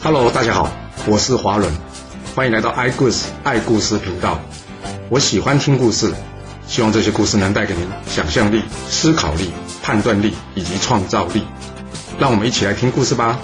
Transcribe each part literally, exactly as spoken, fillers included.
Hello， 大家好，我是华伦，欢迎来到爱故事爱故事频道。我喜欢听故事，希望这些故事能带给您想象力、思考力、判断力以及创造力。让我们一起来听故事吧。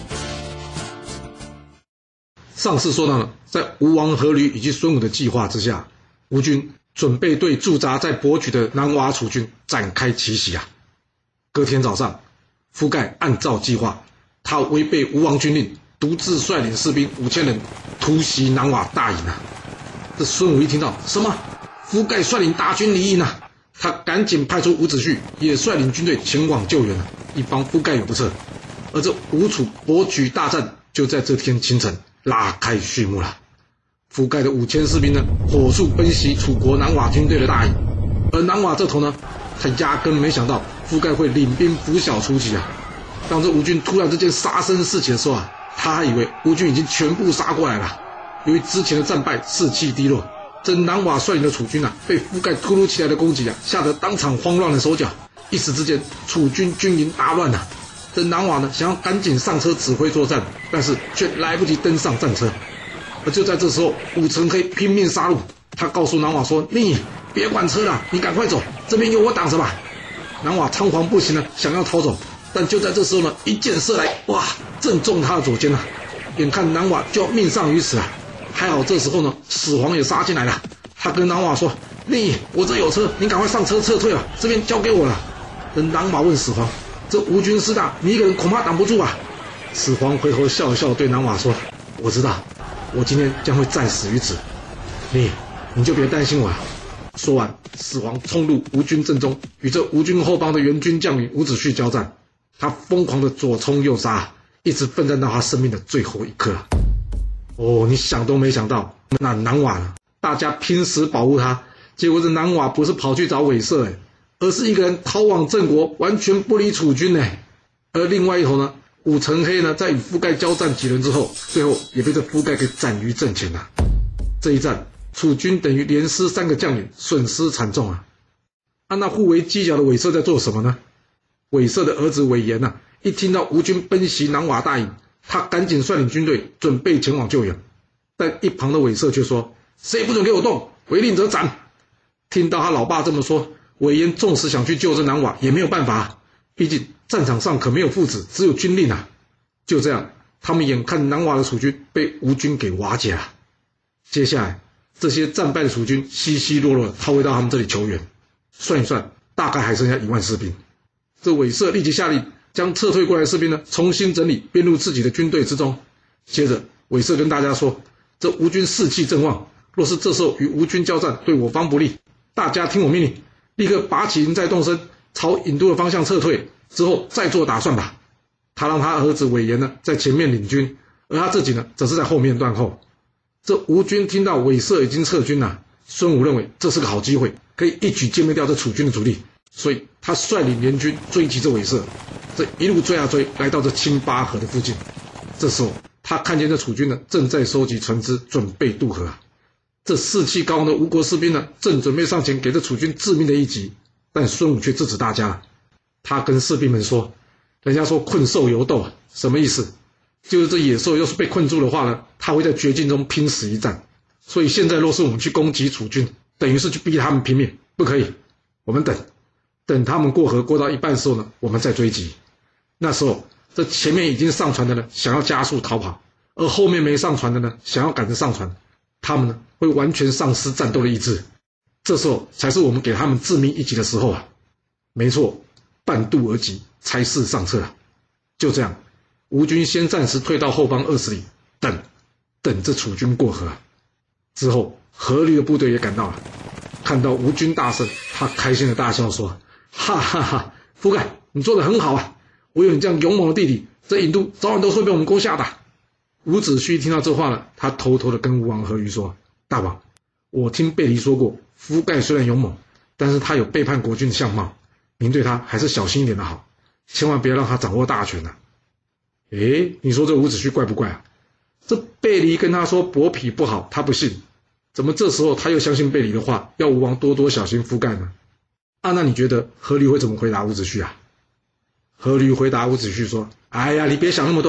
上次说到了，在吴王阖闾以及孙武的计划之下，吴军准备对驻扎在博曲的南瓦楚军展开奇袭啊。隔天早上，夫盖按照计划，他违背吴王军令，独自率领士兵五千人突袭南瓦大营啊！这孙武一听到什么夫盖率领大军离营啊，他赶紧派出伍子胥也率领军队前往救援啊，以防夫盖有不测。而这吴楚博曲大战就在这天清晨拉开序幕了。夫盖的五千士兵呢，火速奔袭楚国南瓦军队的大营，而南瓦这头呢，他压根没想到夫盖会领兵拂晓出击啊！当这吴军突然之间杀声四起的时候啊，他还以为吴军已经全部杀过来了。由于之前的战败，士气低落，这南瓦率领的楚军啊，被夫盖突如其来的攻击啊，吓得当场慌乱了手脚。一时之间，楚军军营大乱啊！这南瓦呢，想要赶紧上车指挥作战，但是却来不及登上战车。而就在这时候，武城黑拼命杀入，他告诉南瓦说：“你别管车了，你赶快走，这边有我挡着吧。”南瓦仓皇不行了，想要逃走，但就在这时候呢，一箭射来，哇，正中他的左肩啊！眼看南瓦就要命丧于此啊！还好这时候呢，始皇也杀进来了，他跟南瓦说：“你，我这有车，你赶快上车撤退了，这边交给我了。”等南瓦问始皇：“这吴军势大，你一个人恐怕挡不住啊。”始皇回头笑一笑，对南瓦说：“我知道，我今天将会战死于此，你你就别担心我了。”说完，始皇冲入吴军阵中，与这吴军后方的援军将领伍子胥交战。他疯狂的左冲右杀，一直奋战到他生命的最后一刻啊！哦，你想都没想到，那南瓦呢？大家拼死保护他，结果这南瓦不是跑去找韦瑟，哎，而是一个人逃往郑国，完全不理楚军呢。而另外一头呢，武城黑呢，在与夫盖交战几轮之后，最后也被这夫盖给斩于阵前了。这一战，楚军等于连失三个将领，损失惨重啊！啊，那互为犄角的韦瑟在做什么呢？韦瑟的儿子韦延啊，一听到吴军奔袭南瓦大营，他赶紧率领军队准备前往救援。但一旁的韦瑟却说：“谁不准给我动，违令者斩。”听到他老爸这么说，韦延纵使想去救这南瓦也没有办法啊，毕竟战场上可没有父子，只有军令啊。就这样，他们眼看南瓦的楚军被吴军给瓦解了。接下来，这些战败的楚军稀稀落落逃回到他们这里求援，算一算，大概还剩下一万士兵。这韦瑟立即下令，将撤退过来的士兵呢重新整理，编入自己的军队之中。接着，韦瑟跟大家说：“这吴军士气正旺，若是这时候与吴军交战，对我方不利。大家听我命令，立刻拔起营寨动身，朝郢都的方向撤退，之后再做打算吧。”他让他儿子韦延呢在前面领军，而他自己呢则是在后面断后。这吴军听到韦瑟已经撤军了，孙武认为这是个好机会，可以一举歼灭掉这楚军的主力。所以他率领联军追击这韦瑟，这一路追啊追，来到这清巴河的附近。这时候他看见这楚军呢正在收集船只，准备渡河啊。这士气高昂的吴国士兵呢正准备上前给这楚军致命的一击，但孙武却制止大家了。他跟士兵们说：“人家说困兽犹斗啊，什么意思？就是这野兽要是被困住的话呢，他会在绝境中拼死一战。所以现在若是我们去攻击楚军，等于是去逼他们拼命，不可以。我们等。”等他们过河过到一半的时候呢，我们再追击。那时候，这前面已经上船的呢，想要加速逃跑，而后面没上船的呢，想要赶着上船，他们呢会完全丧失战斗的意志。这时候才是我们给他们致命一击的时候啊！没错，半渡而击，才是上策啊！就这样，吴军先暂时退到后方二十里，等，等这楚军过河。之后，阖闾的部队也赶到了，看到吴军大胜，他开心的大笑说：“哈哈哈，夫盖，你做得很好啊！我有你这样勇猛的弟弟，这郢都早晚都会被我们攻下的。”伍子胥听到这话了，他偷偷的跟吴王阖闾说：“大王，我听贝离说过，夫盖虽然勇猛，但是他有背叛国君的相貌，您对他还是小心一点的好，千万不要让他掌握大权啊。”诶，你说这伍子胥怪不怪啊？这贝离跟他说伯嚭不好，他不信，怎么这时候他又相信贝离的话，要吴王多多小心夫盖呢？啊，那你觉得阖闾会怎么回答伍子胥啊？阖闾回答伍子胥说：“哎呀，你别想那么多了，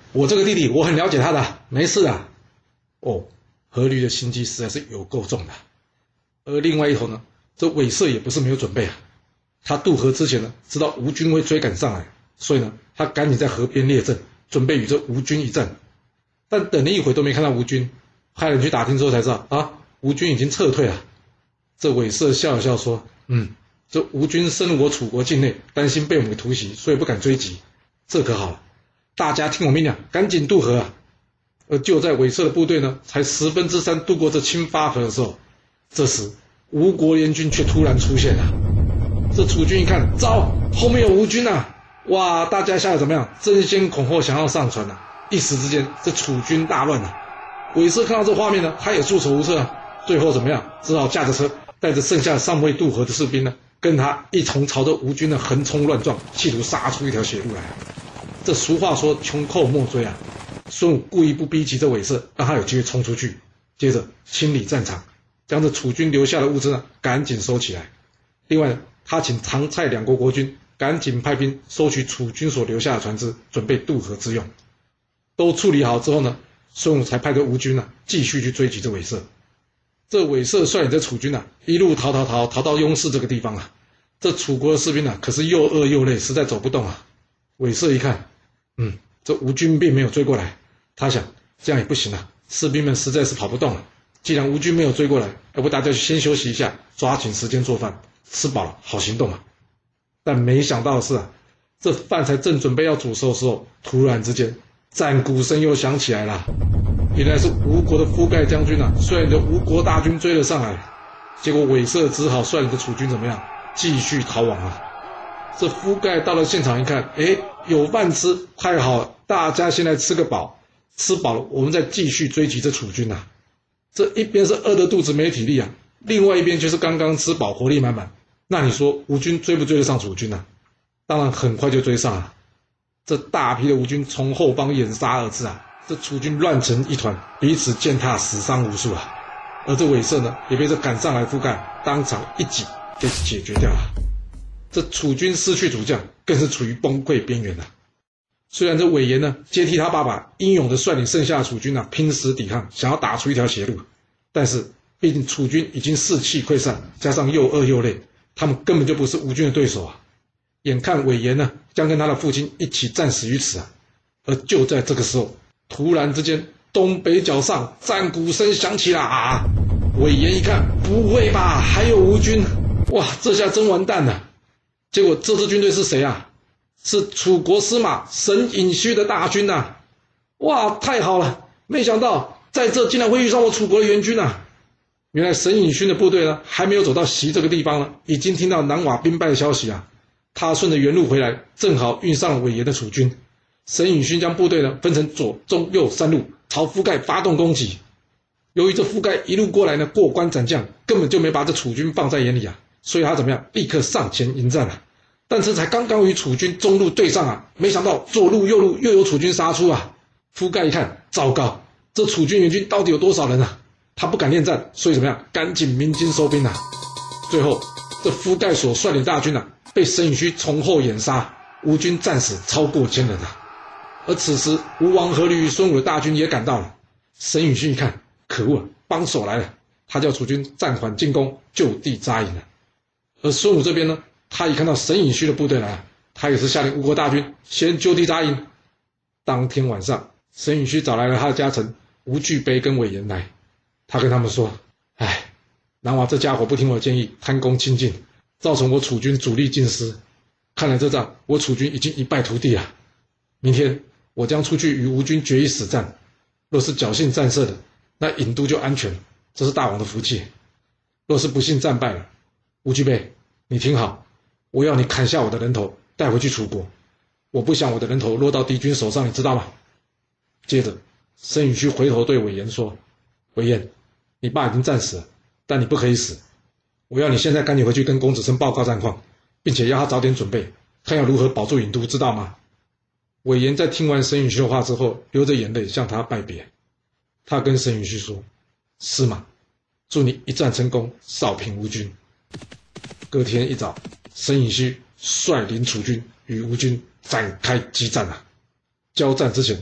我这个弟弟我很了解他的，没事的。哦，阖闾的心机实在是有够重的。而另外一头呢，这韦瑟也不是没有准备啊。他渡河之前呢，知道吴军会追赶上来，所以呢，他赶紧在河边列阵，准备与这吴军一战。但等了一会都没看到吴军，派人去打听之后才知道啊，吴军已经撤退了。这韦瑟笑了笑说：“嗯，这吴军深入我楚国境内，担心被我们突袭，所以不敢追击。这可好了，大家听我命令，赶紧渡河啊！”而就在韦瑟的部队呢，才十分之三渡过这青发河的时候，这时吴国联军却突然出现了。这楚军一看，糟，后面有吴军啊！哇，大家吓得怎么样？争先恐后想要上船啊！一时之间，这楚军大乱啊！韦瑟看到这画面呢，他也束手无策啊。最后怎么样？只好驾着车，带着剩下尚未渡河的士兵呢，跟他一同朝着吴军呢横冲乱撞，企图杀出一条血路来。这俗话说穷寇莫追啊！孙武故意不逼急这韦瑟，让他有机会冲出去，接着清理战场，将这楚军留下的物资呢赶紧收起来。另外呢，他请唐蔡两国国君赶紧派兵收取楚军所留下的船只，准备渡河之用。都处理好之后呢，孙武才派着吴军啊继续去追击这韦瑟。这韦瑟率领着楚军啊一路逃逃逃逃到雍氏这个地方啊，这楚国的士兵啊可是又饿又累，实在走不动啊。韦瑟一看，嗯，这吴军并没有追过来，他想这样也不行啊，士兵们实在是跑不动了。既然吴军没有追过来，要不大家先休息一下，抓紧时间做饭，吃饱了好行动啊。但没想到的是啊，这饭才正准备要煮熟的时候，突然之间战鼓声又响起来了。原来是吴国的夫盖将军啊，率领着吴国大军追了上来，结果韦瑟只好率领着楚军怎么样，继续逃亡啊。这夫盖到了现场一看，哎，有饭吃，太好了，大家先来吃个饱，吃饱了我们再继续追击这楚军啊。这一边是饿得肚子没体力啊，另外一边却是刚刚吃饱，活力满满。那你说吴军追不追得上楚军啊？当然很快就追上了。这大批的吴军从后方掩杀而至啊，这楚军乱成一团，彼此践踏，死伤无数啊。而这韦瑟呢，也被这赶上来夫盖当场一击给解决掉了。这楚军失去主将，更是处于崩溃边缘了。虽然这韦延呢接替他爸爸，英勇的率领剩下的楚军啊拼死抵抗，想要打出一条血路，但是毕竟楚军已经士气溃散，加上又饿又累，他们根本就不是吴军的对手啊。眼看韦延呢将跟他的父亲一起战死于此啊。而就在这个时候，突然之间东北角上战鼓声响起了啊！韦延一看，不会吧，还有吴军，哇，这下真完蛋了。结果这支军队是谁啊？是楚国司马沈尹须的大军啊！哇，太好了，没想到在这竟然会遇上我楚国的援军啊。原来沈尹须的部队呢还没有走到席这个地方呢，已经听到南瓦兵败的消息啊。他顺着原路回来，正好遇上了韦延的楚军。沈尹须将部队呢分成左中右三路，朝夫盖发动攻击。由于这夫盖一路过来呢过关斩将，根本就没把这楚军放在眼里啊，所以他怎么样，立刻上前迎战啊。但是才刚刚与楚军中路对上啊，没想到左路右路又有楚军杀出啊。夫盖一看，糟糕，这楚军援军到底有多少人啊？他不敢恋战，所以怎么样，赶紧鸣金收兵啊。最后这夫盖所率领大军啊被沈尹须从后掩杀，吴军战死超过千人啊。而此时吴王阖闾与孙武的大军也赶到了。沈尹须一看，可恶，帮手来了，他叫楚军暂缓进攻，就地扎营了。而孙武这边呢，他一看到沈尹须的部队来了，他也是下令吴国大军先就地扎营。当天晚上，沈尹须找来了他的家臣吴巨卑跟韦延来，他跟他们说：哎，南瓦这家伙不听我的建议，贪功亲近，造成我楚军主力尽失，看来这仗我楚军已经一败涂地了。明天我将出去与吴军决一死战，若是侥幸战胜的，那郢都就安全了，这是大王的福气。若是不幸战败了，吴巨卑，你听好，我要你砍下我的人头带回去楚国，我不想我的人头落到敌军手上，你知道吗？接着沈尹须回头对韦延说：韦延，你爸已经战死了，但你不可以死，我要你现在赶紧回去跟公子申报告战况，并且要他早点准备，看要如何保住郢都，知道吗？韦延在听完沈尹须的话之后，流着眼泪向他拜别。他跟沈尹须说：司马，祝你一战成功，扫平吴军。隔天一早，沈尹须率领楚军与吴军展开激战啊。交战之前，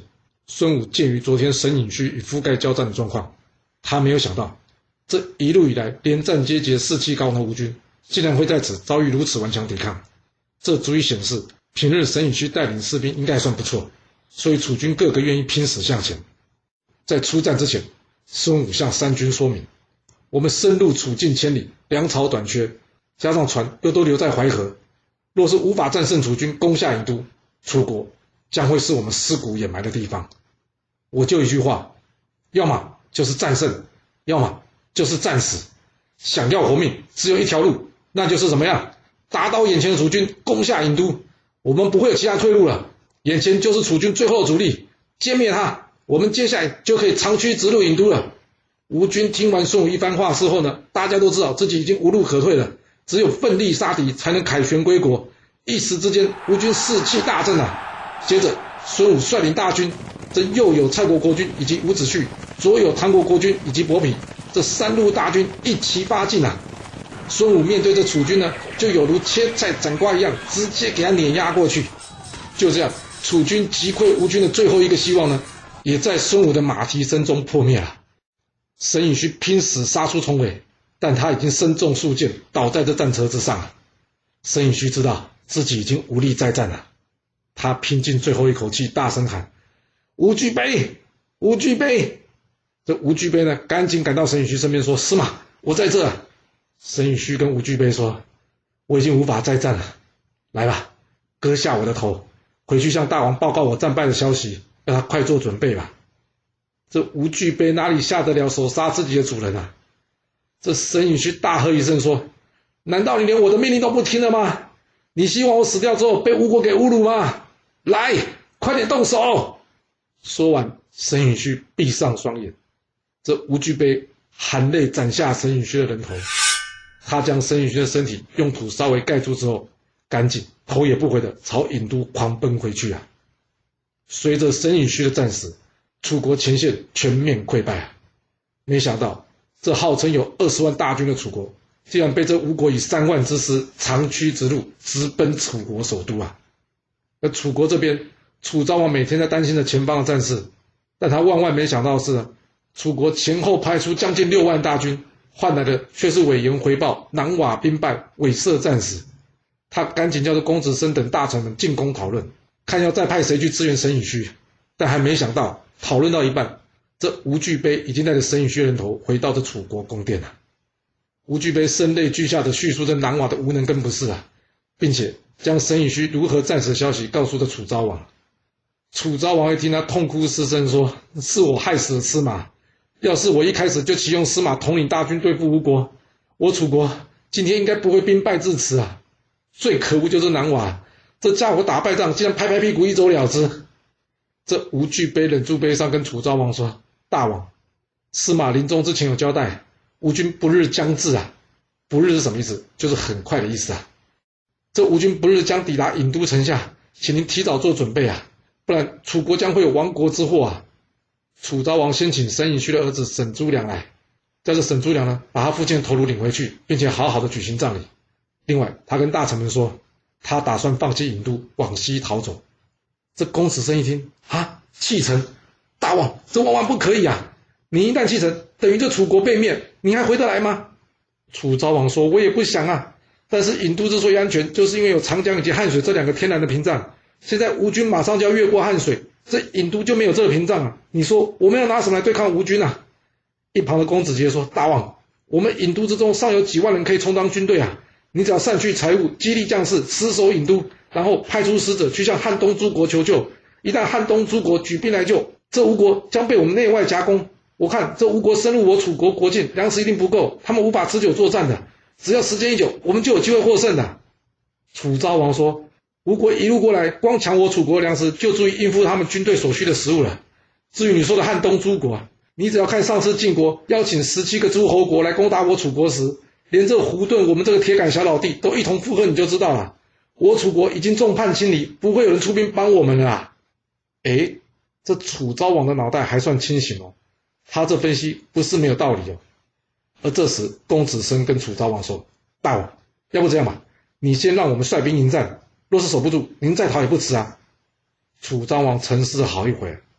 孙武鉴于昨天沈尹须与夫盖交战的状况，他没有想到这一路以来连战皆捷士气高昂的吴军竟然会在此遭遇如此顽强抵抗，这足以显示平日沈尹须带领士兵应该算不错，所以楚军个个愿意拼死向前。在出战之前，孙武向三军说明，我们深入楚境千里，粮草短缺，加上船又都留在淮河，若是无法战胜楚军攻下郢都，楚国将会是我们尸骨掩埋的地方。我就一句话，要么就是战胜，要么就是战死，想要活命只有一条路，那就是什么样？打倒眼前的楚军，攻下郢都，我们不会有其他退路了，眼前就是楚军最后的主力，歼灭他，我们接下来就可以长驱直入郢都了。吴军听完孙武一番话之后呢，大家都知道自己已经无路可退了，只有奋力杀敌才能凯旋归国。一时之间，吴军士气大振啊！接着，孙武率领大军，这右有蔡国国军以及伍子胥，左有唐国国军以及伯嚭，这三路大军一齐发进啊！孙武面对这楚军呢，就有如切菜斩瓜一样，直接给他碾压过去。就这样，楚军击溃吴军的最后一个希望呢，也在孙武的马蹄声中破灭了。沈尹须拼死杀出重围，但他已经身中数箭，倒在这战车之上了。沈尹须知道自己已经无力再战了，他拼尽最后一口气，大声喊：“吴惧悲，吴惧悲！”这吴惧悲呢，赶紧赶到沈尹须身边说：“司马，我在这。”沈尹须跟吴惧悲说：“我已经无法再战了，来吧，割下我的头，回去向大王报告我战败的消息，让他快做准备吧。”这吴惧悲哪里下得了手杀自己的主人啊？这沈尹须大喝一声说：“难道你连我的命令都不听了吗？你希望我死掉之后被吴国给侮辱吗？来，快点动手！”说完，沈尹须闭上双眼。这吴惧悲含泪斩下沈尹须的人头，他将沈尹须的身体用土稍微盖住之后，赶紧头也不回的朝郢都狂奔回去啊！随着沈尹须的战死，楚国前线全面溃败啊！没想到这号称有二十万大军的楚国，竟然被这吴国以三万之师长驱直入，直奔楚国首都啊！而楚国这边，楚昭王每天在担心着前方的战事，但他万万没想到的是，楚国前后派出将近六万大军，换来的却是韦延回报南瓦兵败，韦瑟战死。他赶紧叫着公子申等大臣们进宫讨论，看要再派谁去支援沈尹须，但还没想到讨论到一半，这吴惧悲已经带着沈尹须人头回到这楚国宫殿了。吴惧悲声泪俱下的叙述着南瓦的无能跟不是啊，并且将沈尹须如何战死的消息告诉了楚昭王。楚昭王一听，他痛哭失声说：“是我害死了司马，要是我一开始就启用司马统领大军对付吴国，我楚国今天应该不会兵败至此啊！最可恶就是南瓦，这家伙打败仗竟然拍拍屁股一走了之。”这吴惧悲忍住悲伤跟楚昭王说：“大王，司马临终之前有交代，吴军不日将至啊！不日是什么意思？就是很快的意思啊！这吴军不日将抵达郢都城下，请您提早做准备啊，不然楚国将会有亡国之祸啊！”楚昭王先请沈尹须的儿子沈朱良来，叫这沈朱良呢，把他父亲的头颅领回去，并且好好的举行葬礼。另外，他跟大臣们说，他打算放弃郢都，往西逃走。这公子申一听，啊，弃城，大王，这万万不可以啊！你一旦弃城，等于这楚国被灭，你还回得来吗？楚昭王说：“我也不想啊，但是郢都之所以安全，就是因为有长江以及汉水这两个天然的屏障。现在吴军马上就要越过汉水，这郢都就没有这个屏障啊！你说我们要拿什么来对抗吴军啊？”一旁的公子杰说：“大王，我们郢都之中尚有几万人可以充当军队啊！你只要散去财物，激励将士，死守郢都，然后派出使者去向汉东诸国求救。一旦汉东诸国举兵来救，这吴国将被我们内外夹攻。我看这吴国深入我楚国国境，粮食一定不够，他们无法持久作战的。只要时间一久，我们就有机会获胜的。”楚昭王说：“吴国一路过来，光抢我楚国粮食就足以应付他们军队所需的食物了。至于你说的汉东诸国啊，你只要看上次晋国邀请十七个诸侯国来攻打我楚国时，连这胡顿我们这个铁杆小老弟都一同附和，你就知道了。我楚国已经众叛亲离，不会有人出兵帮我们了啊！”诶，这楚昭王的脑袋还算清醒哦，他这分析不是没有道理哦。而这时，公子申跟楚昭王说：“大王，要不这样吧，你先让我们率兵迎战，若是守不住，您再逃也不迟啊。”楚昭王沉思了好一会，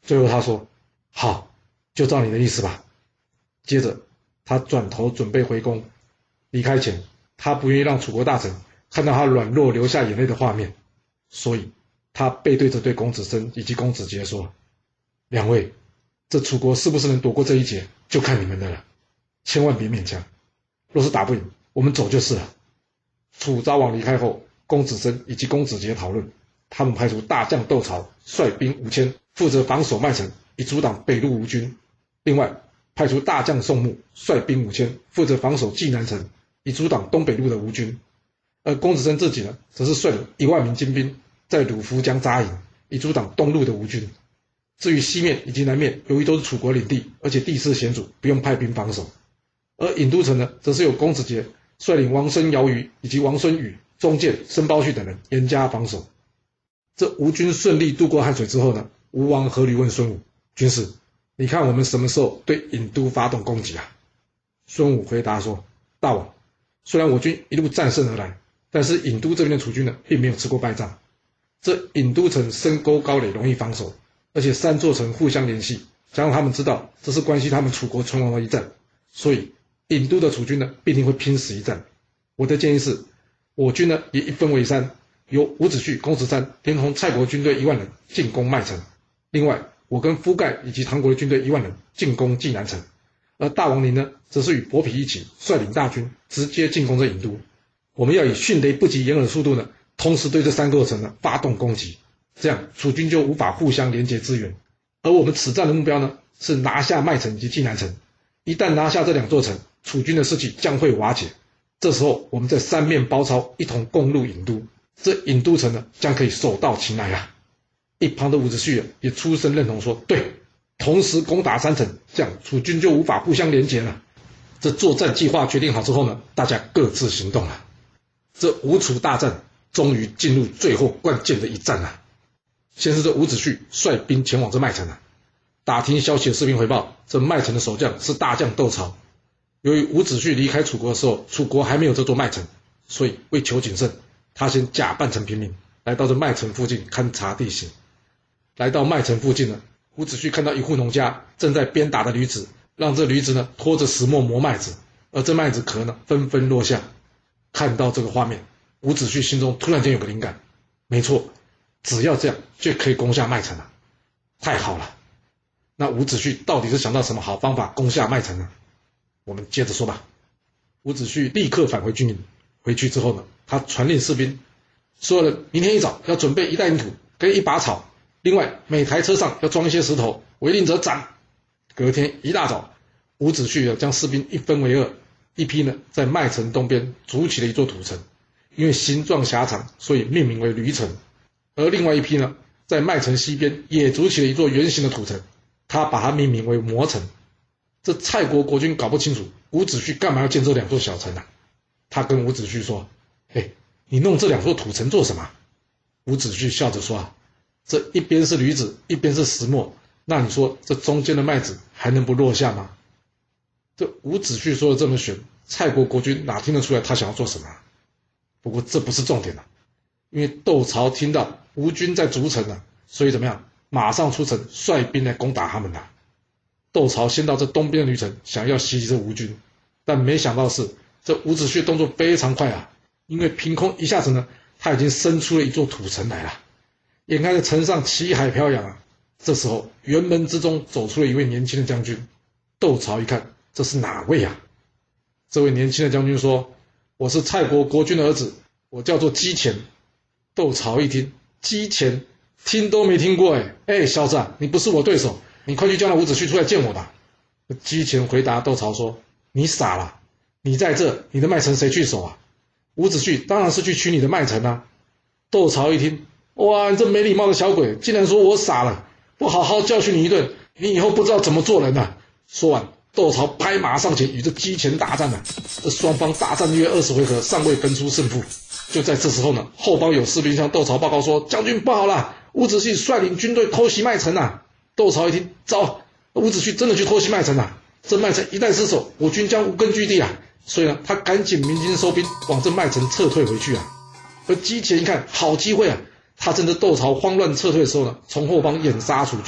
最后他说：“好，就照你的意思吧。”接着他转头准备回宫，离开前他不愿意让楚国大臣看到他软弱流下眼泪的画面，所以他背对着对公子申以及公子杰说：“两位，这楚国是不是能躲过这一劫，就看你们的了，千万别勉强。若是打不赢，我们走就是了。”楚昭王离开后，公子申以及公子杰讨论，他们派出大将窦曹率兵五千，负责防守麦城，以阻挡北路吴军；另外派出大将宋牧率兵五千，负责防守济南城，以阻挡东北路的吴军。而公子申自己呢，则是率领一万名精兵在鲁浮江扎营，以阻挡东路的吴军。至于西面以及南面，由于都是楚国领地，而且地势险阻，不用派兵防守。而郢都城呢，则是由公子杰率领王孙姚瑜以及王孙宇、钟建、申包胥等人严加防守。这吴军顺利渡过汉水之后呢，吴王阖闾问孙武：“军师，你看我们什么时候对郢都发动攻击啊？”孙武回答说：“大王，虽然我军一路战胜而来，但是郢都这边的楚军呢，并没有吃过败仗。这郢都城深沟高垒，容易防守，而且三座城互相联系，想让他们知道这是关系他们楚国存亡的一战，所以郢都的楚军呢，必定会拼死一战。我的建议是，我军呢也一分为三，由伍子胥、公子瓒连同蔡国军队一万人进攻麦城，另外我跟夫盖以及唐国的军队一万人进攻济南城，而大王您呢，则是与伯嚭一起率领大军直接进攻这郢都。我们要以迅雷不及掩耳的速度呢，同时对这三座城呢发动攻击，这样楚军就无法互相连结支援。而我们此战的目标呢，是拿下麦城以及济南城。一旦拿下这两座城，楚军的士气将会瓦解。这时候我们在三面包抄，一同攻入郢都，这郢都城呢，将可以手到擒来啊！一旁的伍子胥也出声认同说：“对，同时攻打三城，这样楚军就无法互相连结了。”这作战计划决定好之后呢，大家各自行动了。这吴楚大战终于进入最后关键的一战了。先是这伍子胥率兵前往这麦城啊，打听消息的士兵回报，这麦城的守将是大将窦曹。由于伍子胥离开楚国的时候，楚国还没有这座麦城，所以为求谨慎，他先假扮成平民，来到这麦城附近勘察地形。来到麦城附近呢，伍子胥看到一户农家正在鞭打的驴子，让这驴子呢拖着石磨磨麦子，而这麦子壳呢纷纷落下。看到这个画面，伍子胥心中突然间有个灵感，没错，只要这样就可以攻下麦城了。太好了，那伍子胥到底是想到什么好方法攻下麦城呢？我们接着说吧。伍子胥立刻返回军营，回去之后呢，他传令士兵，所有人明天一早要准备一袋泥土跟一把草，另外每台车上要装一些石头，违令者斩。隔天一大早，伍子胥将士兵一分为二，一批呢在麦城东边筑起了一座土城，因为形状狭长，所以命名为驴城；而另外一批呢，在麦城西边也筑起了一座圆形的土城，他把它命名为磨城。这蔡国国君搞不清楚伍子胥干嘛要建这两座小城啊？他跟伍子胥说：“哎，你弄这两座土城做什么？”伍子胥笑着说：“啊，这一边是驴子，一边是石磨，那你说这中间的麦子还能不落下吗？”这伍子胥说的这么玄，蔡国国君哪听得出来他想要做什么啊？不过这不是重点啊，因为窦曹听到吴军在筑城啊，所以怎么样，马上出城率兵来攻打他们啊。窦曹先到这东边的驴城，想要袭击这吴军，但没想到是这伍子胥动作非常快啊，因为凭空一下子呢，他已经生出了一座土城来了。眼看着城上旗海飘扬啊，这时候辕门之中走出了一位年轻的将军。窦曹一看，这是哪位啊？这位年轻的将军说：“我是蔡国国君的儿子，我叫做姬虔。”窦曹一听，姬虔，听都没听过哎，哎，小子啊，你不是我对手，你快去叫那伍子胥出来见我吧。姬虔回答窦曹说：“你傻了，你在这，你的麦城谁去守啊？伍子胥当然是去取你的麦城啊。”窦曹一听，哇，你这没礼貌的小鬼，竟然说我傻了，不好好教训你一顿，你以后不知道怎么做人啊。说完，窦曹拍马上前与这姬虔大战了。这双方大战约二十回合，尚未分出胜负。就在这时候呢，后方有士兵向窦曹报告说：“将军不好了，伍子胥率领军队偷袭麦城啊！”窦曹一听，糟，伍子胥真的去偷袭麦城啊！这麦城一旦失守，我军将无根据地啊！所以呢，他赶紧鸣金收兵，往这麦城撤退回去啊。而姬虔一看，好机会啊！他趁着窦曹慌乱撤退的时候呢，从后方掩杀楚军。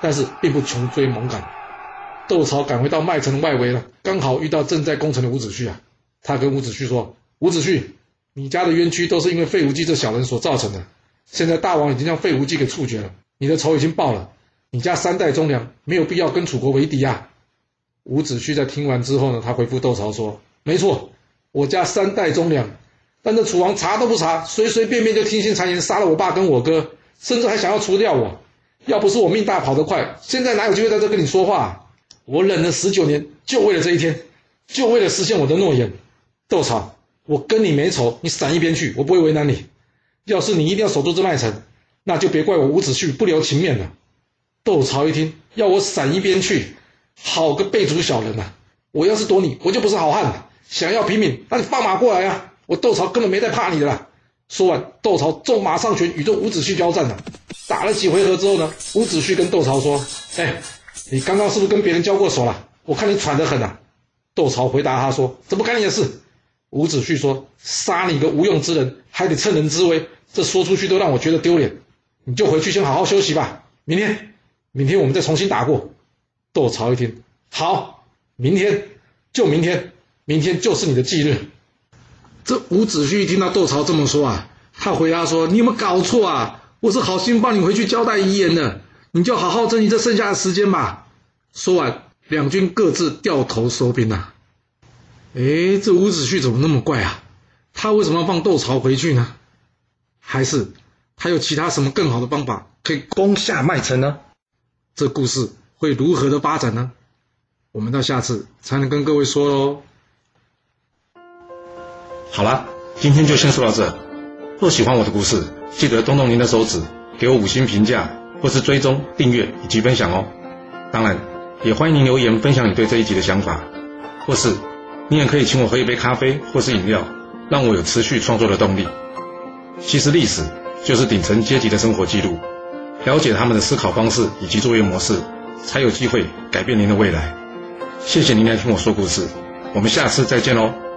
但是并不穷追猛赶。窦曹赶回到麦城外围了，刚好遇到正在攻城的伍子胥啊。他跟伍子胥说：伍子胥，你家的冤屈都是因为费无忌这小人所造成的，现在大王已经将费无忌给处决了，你的仇已经报了，你家三代忠良没有必要跟楚国为敌啊。伍子胥在听完之后呢，他回复窦曹说：没错，我家三代忠良，但这楚王查都不查，随随便便就听信谗言杀了我爸跟我哥，甚至还想要除掉我。要不是我命大跑得快，现在哪有机会在这跟你说话啊？我忍了十九年，就为了这一天，就为了实现我的诺言。窦曹，我跟你没仇，你闪一边去，我不会为难你。要是你一定要守住这麦城，那就别怪我伍子胥不留情面了。窦曹一听，要我闪一边去，好个背主小人啊！我要是躲你，我就不是好汉。想要拼命，那你放马过来啊！我窦曹根本没在怕你的啦。说完，窦曹纵马上拳，与这伍子胥交战了。打了几回合之后呢，伍子胥跟窦曹说：哎，你刚刚是不是跟别人交过手了？我看你喘得很啊。窦曹回答他说：怎么干你的事？伍子胥说：杀你个无用之人，还得趁人之危，这说出去都让我觉得丢脸。你就回去先好好休息吧，明天明天我们再重新打过。窦曹一听，好，明天就明天，明天就是你的忌日。这伍子胥一听到窦曹这么说啊，他回答说：你有没有搞错啊？我是好心帮你回去交代遗言的，你就好好珍惜这剩下的时间吧。说完，两军各自掉头收兵啊。诶，这伍子胥怎么那么怪啊？他为什么要放窦曹回去呢？还是他有其他什么更好的方法可以攻下麦城呢？这故事会如何的发展呢？我们到下次才能跟各位说咯。 好啦，今天就先说到这。若喜欢我的故事，记得动动您的手指，给我五星评价，或是追踪、订阅以及分享哦。当然，也欢迎您留言分享你对这一集的想法，或是你也可以请我喝一杯咖啡或是饮料，让我有持续创作的动力。其实历史就是顶层阶级的生活记录，了解他们的思考方式以及作业模式，才有机会改变您的未来。谢谢您来听我说故事，我们下次再见喽。